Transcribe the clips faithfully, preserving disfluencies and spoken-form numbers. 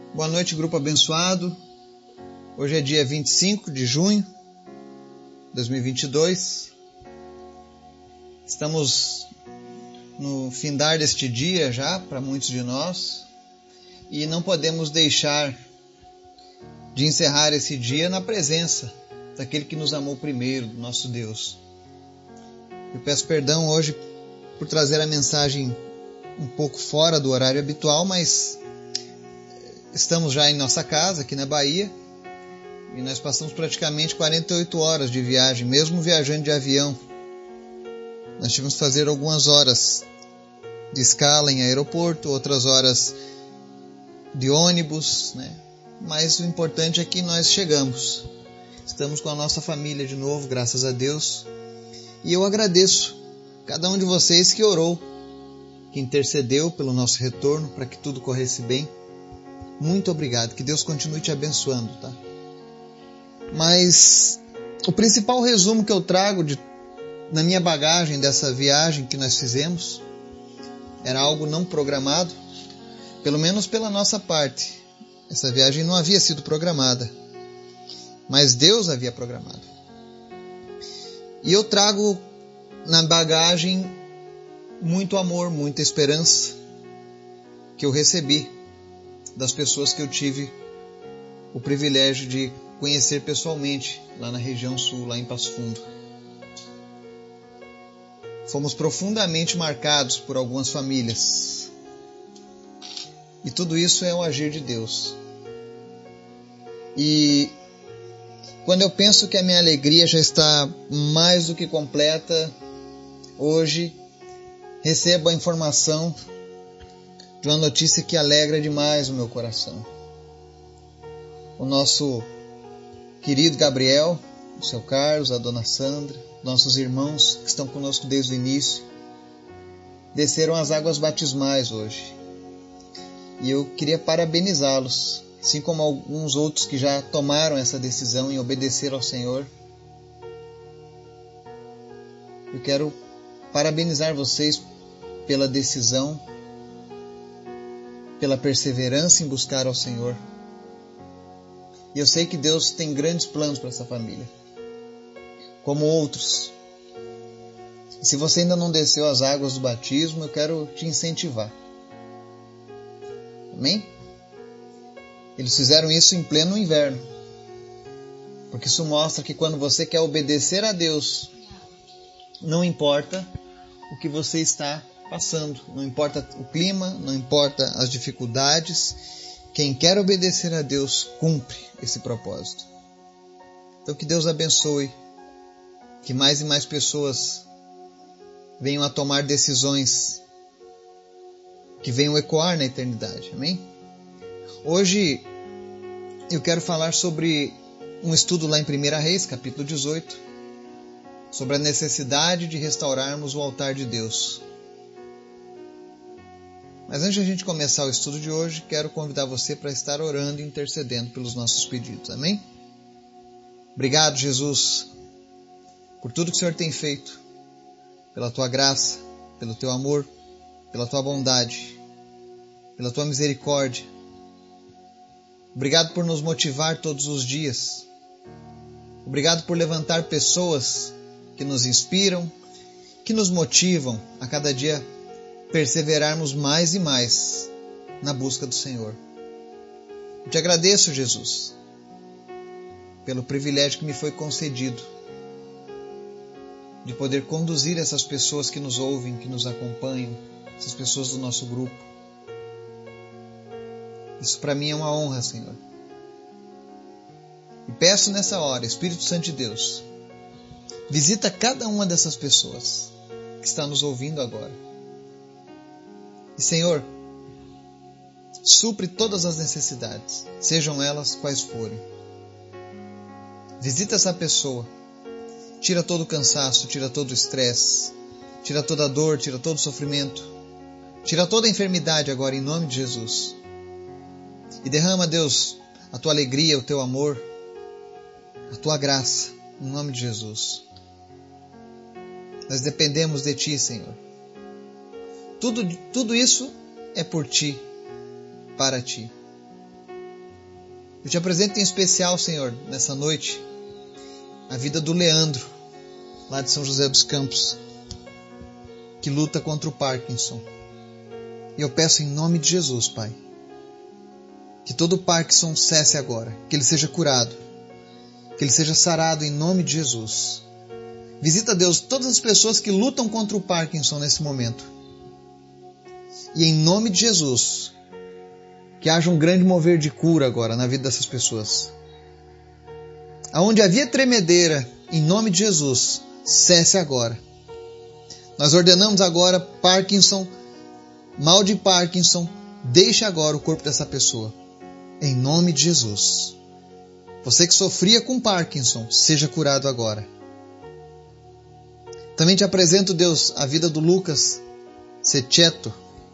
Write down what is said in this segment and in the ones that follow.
Boa noite, grupo abençoado. Hoje é dia vinte e cinco de junho de dois mil e vinte e dois. Estamos no findar deste dia já, para muitos de nós, e não podemos deixar de encerrar esse dia na presença daquele que nos amou primeiro, do nosso Deus. Eu peço perdão hoje por trazer a mensagem um pouco fora do horário habitual, mas estamos já em nossa casa, aqui na Bahia, e nós passamos praticamente quarenta e oito horas de viagem, mesmo viajando de avião. Nós tivemos que fazer algumas horas de escala em aeroporto, outras horas de ônibus, né? Mas o importante é que nós chegamos. Estamos com a nossa família de novo, graças a Deus. E eu agradeço cada um de vocês que orou, que intercedeu pelo nosso retorno, para que tudo corresse bem. Muito obrigado, que Deus continue te abençoando, tá? Mas o principal resumo que eu trago de, na minha bagagem dessa viagem que nós fizemos era algo não programado, pelo menos pela nossa parte. Essa viagem não havia sido programada, mas Deus havia programado. E eu trago na bagagem muito amor, muita esperança que eu recebi das pessoas que eu tive o privilégio de conhecer pessoalmente lá na região sul, lá em Passo Fundo. Fomos profundamente marcados por algumas famílias. E tudo isso é um agir de Deus. E quando eu penso que a minha alegria já está mais do que completa, hoje recebo a informação de uma notícia que alegra demais o meu coração. O nosso querido Gabriel, o seu Carlos, a dona Sandra, nossos irmãos que estão conosco desde o início, desceram as águas batismais hoje. E eu queria parabenizá-los, assim como alguns outros que já tomaram essa decisão em obedecer ao Senhor. Eu quero parabenizar vocês pela decisão, pela perseverança em buscar ao Senhor. E eu sei que Deus tem grandes planos para essa família, como outros. E se você ainda não desceu as águas do batismo, eu quero te incentivar. Amém? Eles fizeram isso em pleno inverno, porque isso mostra que quando você quer obedecer a Deus, não importa o que você está passando, não importa o clima, não importa as dificuldades, quem quer obedecer a Deus cumpre esse propósito. Então que Deus abençoe, que mais e mais pessoas venham a tomar decisões que venham ecoar na eternidade, amém? Hoje eu quero falar sobre um estudo lá em primeira Reis, capítulo dezoito, sobre a necessidade de restaurarmos o altar de Deus. Mas antes de a gente começar o estudo de hoje, quero convidar você para estar orando e intercedendo pelos nossos pedidos, amém? Obrigado, Jesus, por tudo que o Senhor tem feito, pela Tua graça, pelo Teu amor, pela Tua bondade, pela Tua misericórdia. Obrigado por nos motivar todos os dias. Obrigado por levantar pessoas que nos inspiram, que nos motivam a cada dia perseverarmos mais e mais na busca do Senhor. Eu te agradeço, Jesus, pelo privilégio que me foi concedido de poder conduzir essas pessoas que nos ouvem, que nos acompanham, essas pessoas do nosso grupo. Isso para mim é uma honra, Senhor. E peço nessa hora, Espírito Santo de Deus, visita cada uma dessas pessoas que está nos ouvindo agora. E, Senhor, supre todas as necessidades, sejam elas quais forem. Visita essa pessoa, tira todo o cansaço, tira todo o estresse, tira toda a dor, tira todo o sofrimento, tira toda a enfermidade agora em nome de Jesus. E derrama, Deus, a Tua alegria, o Teu amor, a Tua graça, em nome de Jesus. Nós dependemos de Ti, Senhor. Tudo, tudo isso é por Ti, para Ti. Eu te apresento em especial, Senhor, nessa noite, a vida do Leandro, lá de São José dos Campos, que luta contra o Parkinson. E eu peço em nome de Jesus, Pai, que todo Parkinson cesse agora, que ele seja curado, que ele seja sarado em nome de Jesus. Visita, Deus, todas as pessoas que lutam contra o Parkinson nesse momento. E em nome de Jesus, que haja um grande mover de cura agora na vida dessas pessoas. Aonde havia tremedeira, em nome de Jesus, cesse agora. Nós ordenamos agora, Parkinson, mal de Parkinson, deixe agora o corpo dessa pessoa. Em nome de Jesus. Você que sofria com Parkinson, seja curado agora. Também te apresento, Deus, a vida do Lucas Sechetto,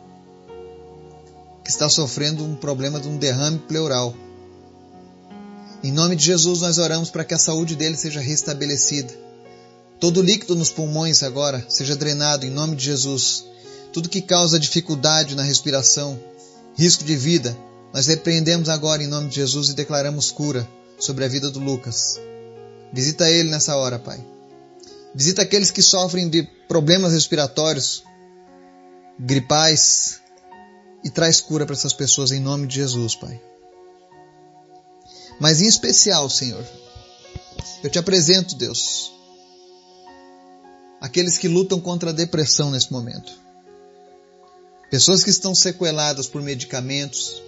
que está sofrendo um problema de um derrame pleural. Em nome de Jesus, nós oramos para que a saúde dele seja restabelecida. Todo líquido nos pulmões agora seja drenado em nome de Jesus. Tudo que causa dificuldade na respiração, risco de vida, nós repreendemos agora em nome de Jesus e declaramos cura sobre a vida do Lucas. Visita ele nessa hora, Pai. Visita aqueles que sofrem de problemas respiratórios, gripais, e traz cura para essas pessoas em nome de Jesus, Pai. Mas em especial, Senhor, eu te apresento, Deus, aqueles que lutam contra a depressão nesse momento. Pessoas que estão sequeladas por medicamentos,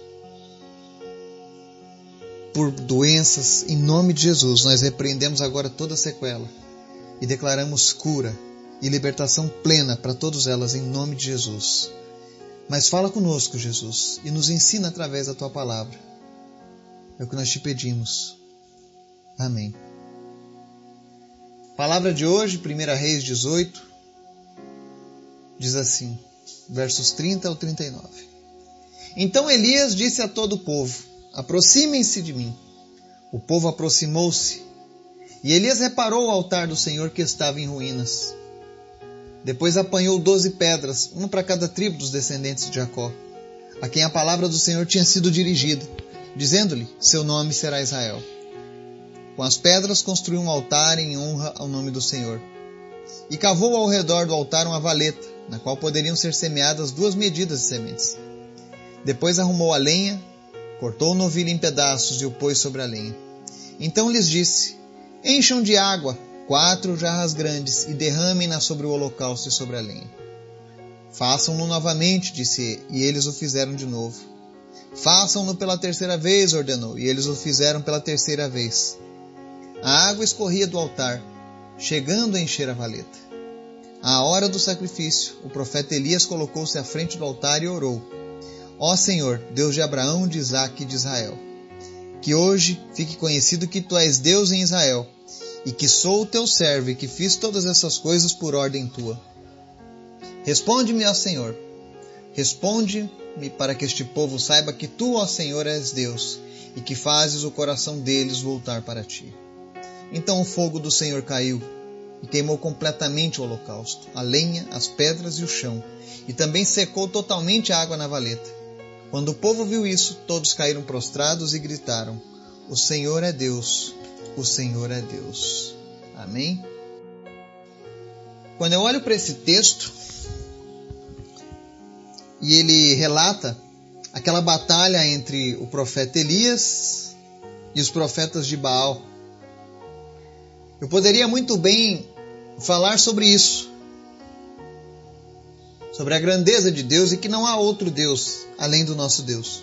por doenças, em nome de Jesus, nós repreendemos agora toda a sequela e declaramos cura e libertação plena para todas elas em nome de Jesus. Mas fala conosco, Jesus, e nos ensina através da Tua Palavra. É o que nós te pedimos. Amém. Palavra de hoje, primeira Reis dezoito, diz assim, versos trinta ao trinta e nove. Então Elias disse a todo o povo, aproximem-se de mim. O povo aproximou-se, e Elias reparou o altar do Senhor que estava em ruínas. Depois apanhou doze pedras, uma para cada tribo dos descendentes de Jacó, a quem a palavra do Senhor tinha sido dirigida, dizendo-lhe, seu nome será Israel. Com as pedras construiu um altar em honra ao nome do Senhor. E cavou ao redor do altar uma valeta, na qual poderiam ser semeadas duas medidas de sementes. Depois arrumou a lenha, cortou o novilho em pedaços e o pôs sobre a lenha. Então lhes disse, encham de água quatro jarras grandes e derramem-na sobre o holocausto e sobre a lenha. Façam-no novamente, disse, e eles o fizeram de novo. Façam-no pela terceira vez, ordenou, e eles o fizeram pela terceira vez. A água escorria do altar, chegando a encher a valeta. À hora do sacrifício, o profeta Elias colocou-se à frente do altar e orou. Ó Senhor, Deus de Abraão, de Isaque e de Israel, que hoje fique conhecido que Tu és Deus em Israel, e que sou o Teu servo e que fiz todas essas coisas por ordem Tua. Responde-me, ó Senhor, responde-me para que este povo saiba que Tu, ó Senhor, és Deus, e que fazes o coração deles voltar para Ti. Então o fogo do Senhor caiu, e queimou completamente o holocausto, a lenha, as pedras e o chão, e também secou totalmente a água na valeta. Quando o povo viu isso, todos caíram prostrados e gritaram, o Senhor é Deus, o Senhor é Deus. Amém? Quando eu olho para esse texto, e ele relata aquela batalha entre o profeta Elias e os profetas de Baal, eu poderia muito bem falar sobre isso, sobre a grandeza de Deus e que não há outro Deus além do nosso Deus.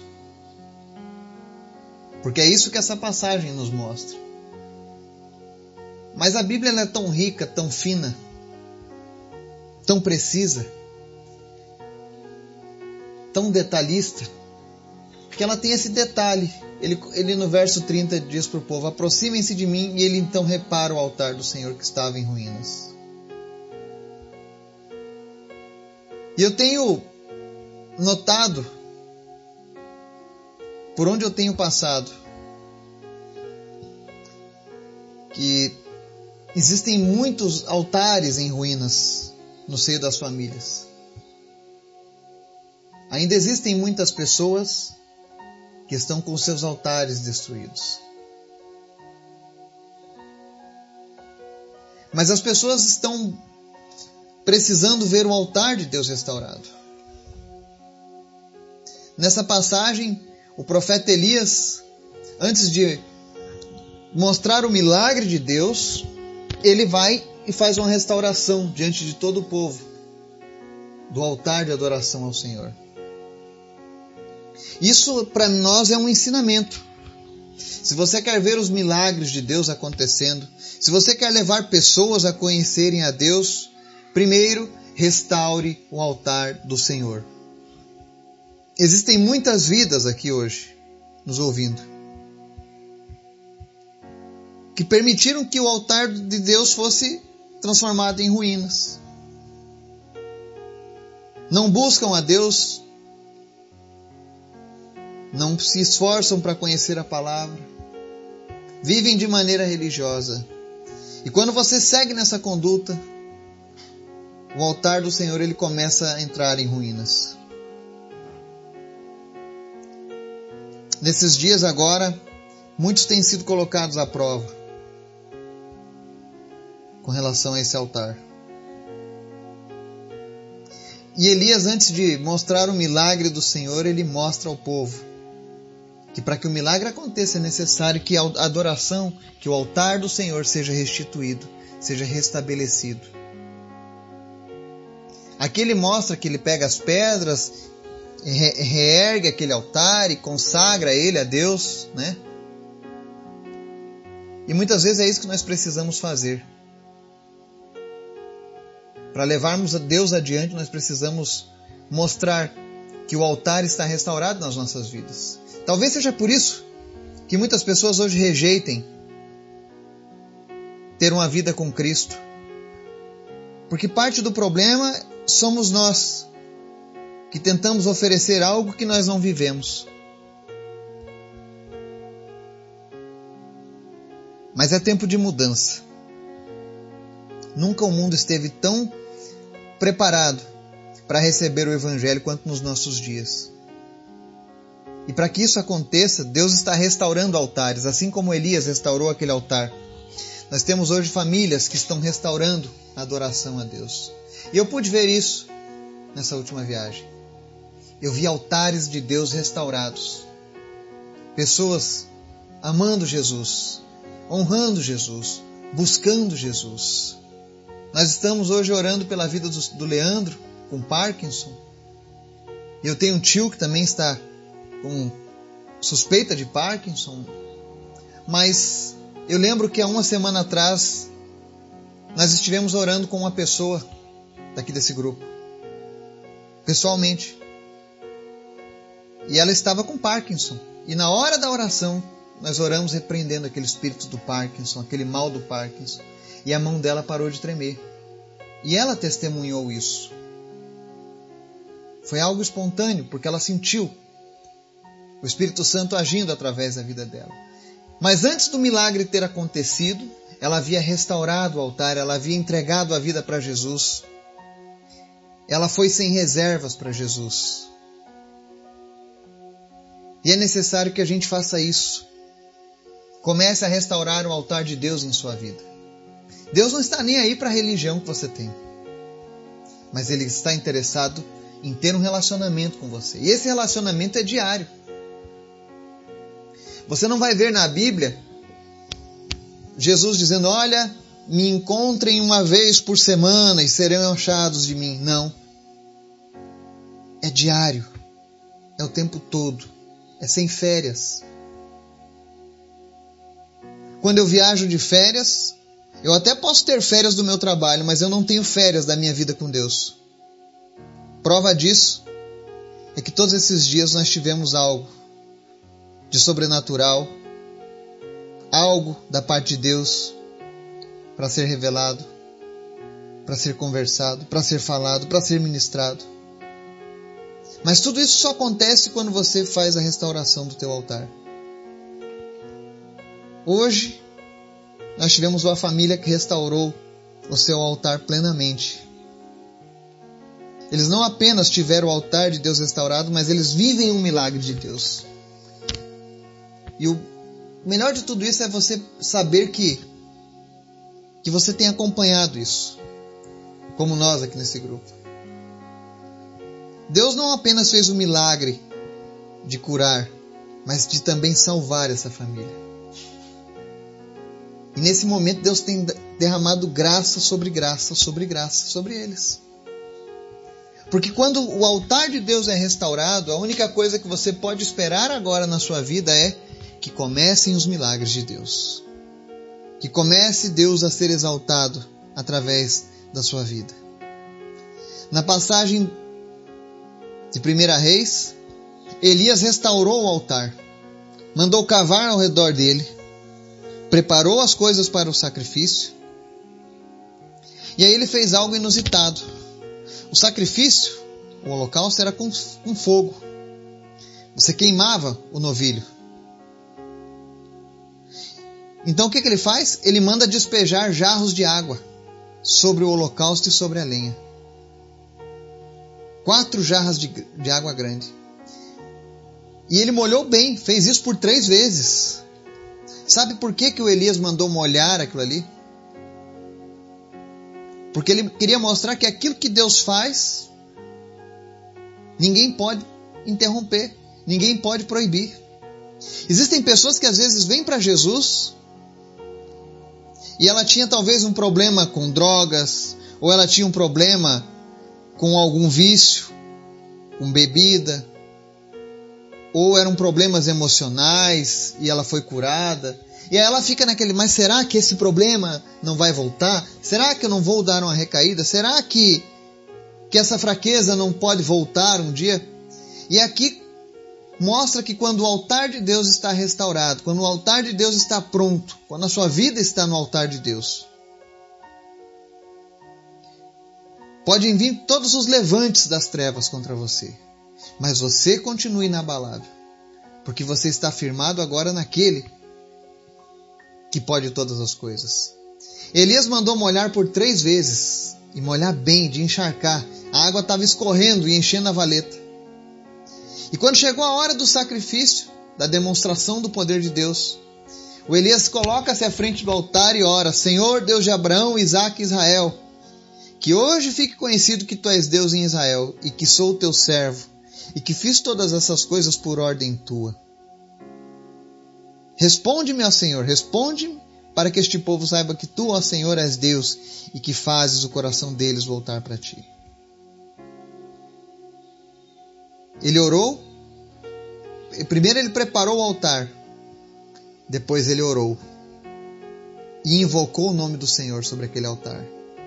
Porque é isso que essa passagem nos mostra. Mas a Bíblia ela é tão rica, tão fina, tão precisa, tão detalhista, que ela tem esse detalhe. Ele, ele no verso trinta diz para o povo, aproximem-se de mim, e ele então repara o altar do Senhor que estava em ruínas. E eu tenho notado, por onde eu tenho passado, que existem muitos altares em ruínas no seio das famílias. Ainda existem muitas pessoas que estão com seus altares destruídos. Mas as pessoas estão precisando ver o altar de Deus restaurado. Nessa passagem, o profeta Elias, antes de mostrar o milagre de Deus, ele vai e faz uma restauração diante de todo o povo do altar de adoração ao Senhor. Isso para nós é um ensinamento. Se você quer ver os milagres de Deus acontecendo, se você quer levar pessoas a conhecerem a Deus, primeiro restaure o altar do Senhor. Existem muitas vidas aqui hoje, nos ouvindo, que permitiram que o altar de Deus fosse transformado em ruínas. Não buscam a Deus, não se esforçam para conhecer a palavra, vivem de maneira religiosa. E quando você segue nessa conduta, o altar do Senhor ele começa a entrar em ruínas. Nesses dias agora, muitos têm sido colocados à prova com relação a esse altar. E Elias, antes de mostrar o milagre do Senhor, ele mostra ao povo que para que o milagre aconteça é necessário que a adoração, que o altar do Senhor seja restituído, seja restabelecido. Aqui ele mostra que ele pega as pedras, reergue aquele altar e consagra ele a Deus, né? E muitas vezes é isso que nós precisamos fazer. Para levarmos a Deus adiante, nós precisamos mostrar que o altar está restaurado nas nossas vidas. Talvez seja por isso que muitas pessoas hoje rejeitem ter uma vida com Cristo. Porque parte do problema somos nós, que tentamos oferecer algo que nós não vivemos. Mas é tempo de mudança. Nunca o mundo esteve tão preparado para receber o Evangelho quanto nos nossos dias. E para que isso aconteça, Deus está restaurando altares, assim como Elias restaurou aquele altar. Nós temos hoje famílias que estão restaurando a adoração a Deus. E eu pude ver isso nessa última viagem. Eu vi altares de Deus restaurados. Pessoas amando Jesus, honrando Jesus, buscando Jesus. Nós estamos hoje orando pela vida do, do Leandro, com Parkinson. E eu tenho um tio que também está com suspeita de Parkinson. Mas eu lembro que há uma semana atrás nós estivemos orando com uma pessoa daqui desse grupo, pessoalmente. E ela estava com Parkinson. E na hora da oração, nós oramos repreendendo aquele espírito do Parkinson, aquele mal do Parkinson. E a mão dela parou de tremer. E ela testemunhou isso. Foi algo espontâneo, porque ela sentiu o Espírito Santo agindo através da vida dela. Mas antes do milagre ter acontecido, ela havia restaurado o altar, ela havia entregado a vida para Jesus. Ela foi sem reservas para Jesus. E é necessário que a gente faça isso. Comece a restaurar o altar de Deus em sua vida. Deus não está nem aí para a religião que você tem. Mas Ele está interessado em ter um relacionamento com você. E esse relacionamento é diário. Você não vai ver na Bíblia Jesus dizendo, olha, me encontrem uma vez por semana e serão achados de mim. Não. É diário. É o tempo todo. É sem férias. Quando eu viajo de férias, eu até posso ter férias do meu trabalho, mas eu não tenho férias da minha vida com Deus. Prova disso é que todos esses dias nós tivemos algo de sobrenatural, algo da parte de Deus para ser revelado, para ser conversado, para ser falado, para ser ministrado. Mas tudo isso só acontece quando você faz a restauração do teu altar. Hoje, nós tivemos uma família que restaurou o seu altar plenamente. Eles não apenas tiveram o altar de Deus restaurado, mas eles vivem um milagre de Deus. E o melhor de tudo isso é você saber que, que você tem acompanhado isso, como nós aqui nesse grupo. Deus não apenas fez o milagre de curar, mas de também salvar essa família. E nesse momento Deus tem derramado graça sobre graça, sobre graça, sobre eles. Porque quando o altar de Deus é restaurado, a única coisa que você pode esperar agora na sua vida é que comecem os milagres de Deus. Que comece Deus a ser exaltado através da sua vida. Na passagem de primeira Reis, Elias restaurou o altar, mandou cavar ao redor dele, preparou as coisas para o sacrifício, e aí ele fez algo inusitado. O sacrifício, o holocausto, era com, com fogo. Você queimava o novilho. Então o que, que ele faz? Ele manda despejar jarros de água sobre o holocausto e sobre a lenha. Quatro jarras de, de água grande. E ele molhou bem, fez isso por três vezes. Sabe por que, que o Elias mandou molhar aquilo ali? Porque ele queria mostrar que aquilo que Deus faz, ninguém pode interromper, ninguém pode proibir. Existem pessoas que às vezes vêm para Jesus e ela tinha talvez um problema com drogas, ou ela tinha um problema com algum vício, com bebida, ou eram problemas emocionais e ela foi curada. E aí ela fica naquele, mas será que esse problema não vai voltar? Será que eu não vou dar uma recaída? Será que, que essa fraqueza não pode voltar um dia? E aqui mostra que quando o altar de Deus está restaurado, quando o altar de Deus está pronto, quando a sua vida está no altar de Deus, podem vir todos os levantes das trevas contra você, mas você continue inabalável, porque você está firmado agora naquele que pode todas as coisas. Elias mandou molhar por três vezes, e molhar bem, de encharcar. A água estava escorrendo e enchendo a valeta. E quando chegou a hora do sacrifício, da demonstração do poder de Deus, o Elias coloca-se à frente do altar e ora: Senhor Deus de Abraão, Isaque e Israel, que hoje fique conhecido que Tu és Deus em Israel, e que sou o Teu servo, e que fiz todas essas coisas por ordem Tua. Responde-me, ó Senhor, responde-me, para que este povo saiba que Tu, ó Senhor, és Deus, e que fazes o coração deles voltar para Ti. Ele orou, primeiro ele preparou o altar, depois ele orou, e invocou o nome do Senhor sobre aquele altar.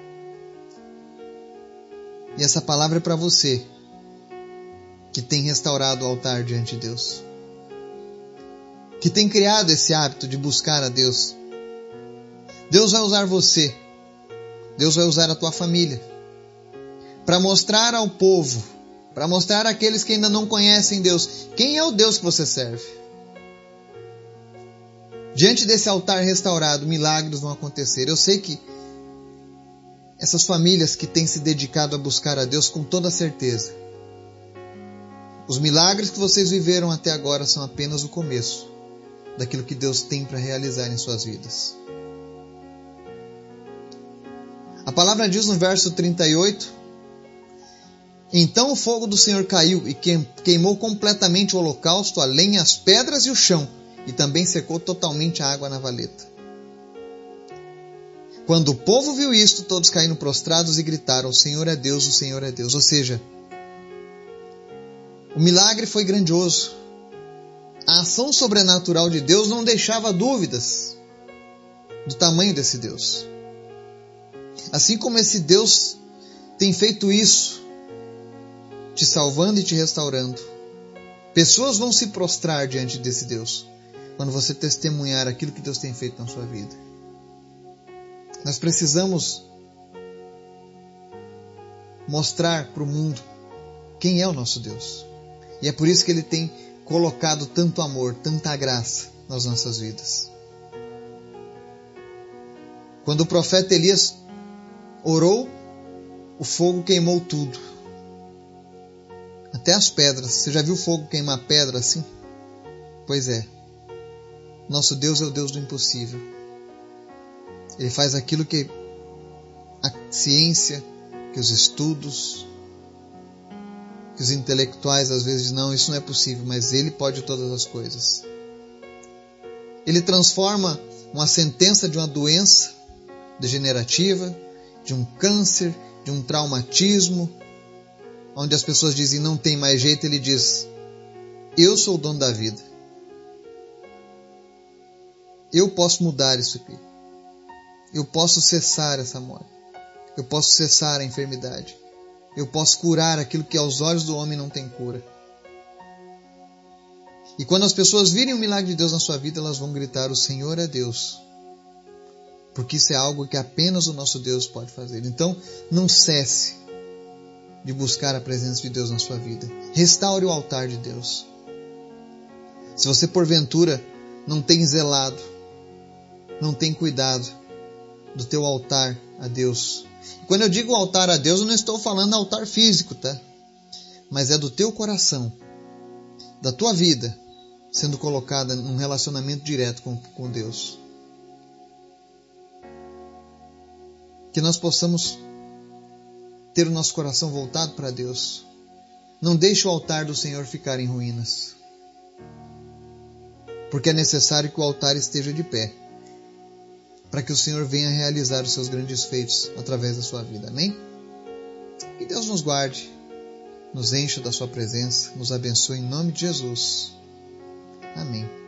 E essa palavra é para você, que tem restaurado o altar diante de Deus, que tem criado esse hábito de buscar a Deus. Deus vai usar você, Deus vai usar a tua família, para mostrar ao povo, para mostrar àqueles que ainda não conhecem Deus, quem é o Deus que você serve. Diante desse altar restaurado, milagres vão acontecer. Eu sei que essas famílias que têm se dedicado a buscar a Deus, com toda certeza, os milagres que vocês viveram até agora são apenas o começo daquilo que Deus tem para realizar em suas vidas. A palavra diz no verso trinta e oito: Então o fogo do Senhor caiu e queimou completamente o holocausto, a lenha, as pedras e o chão, e também secou totalmente a água na valeta. Quando o povo viu isto, todos caíram prostrados e gritaram: O Senhor é Deus, o Senhor é Deus. Ou seja, o milagre foi grandioso. A ação sobrenatural de Deus não deixava dúvidas do tamanho desse Deus. Assim como esse Deus tem feito isso, te salvando e te restaurando, pessoas vão se prostrar diante desse Deus quando você testemunhar aquilo que Deus tem feito na sua vida. Nós precisamos mostrar para o mundo quem é o nosso Deus. E é por isso que Ele tem colocado tanto amor, tanta graça nas nossas vidas. Quando o profeta Elias orou, o fogo queimou tudo. Até as pedras. Você já viu fogo queimar pedra assim? Pois é. Nosso Deus é o Deus do impossível. Ele faz aquilo que a ciência, que os estudos, que os intelectuais às vezes dizem, não, isso não é possível, mas Ele pode todas as coisas. Ele transforma uma sentença de uma doença degenerativa, de um câncer, de um traumatismo, onde as pessoas dizem não tem mais jeito, Ele diz, eu sou o dono da vida. Eu posso mudar isso aqui. Eu posso cessar essa morte. Eu posso cessar a enfermidade. Eu posso curar aquilo que aos olhos do homem não tem cura. E quando as pessoas virem o milagre de Deus na sua vida, elas vão gritar, o Senhor é Deus. Porque isso é algo que apenas o nosso Deus pode fazer. Então, não cesse de buscar a presença de Deus na sua vida. Restaure o altar de Deus. Se você, porventura, não tem zelado, não tem cuidado do teu altar a Deus. Quando eu digo altar a Deus, eu não estou falando altar físico, tá? Mas é do teu coração, da tua vida, sendo colocada num relacionamento direto com, com Deus. Que nós possamos ter o nosso coração voltado para Deus. Não deixe o altar do Senhor ficar em ruínas. Porque é necessário que o altar esteja de pé, para que o Senhor venha realizar os seus grandes feitos através da sua vida. Amém? Que Deus nos guarde, nos encha da sua presença, nos abençoe em nome de Jesus. Amém.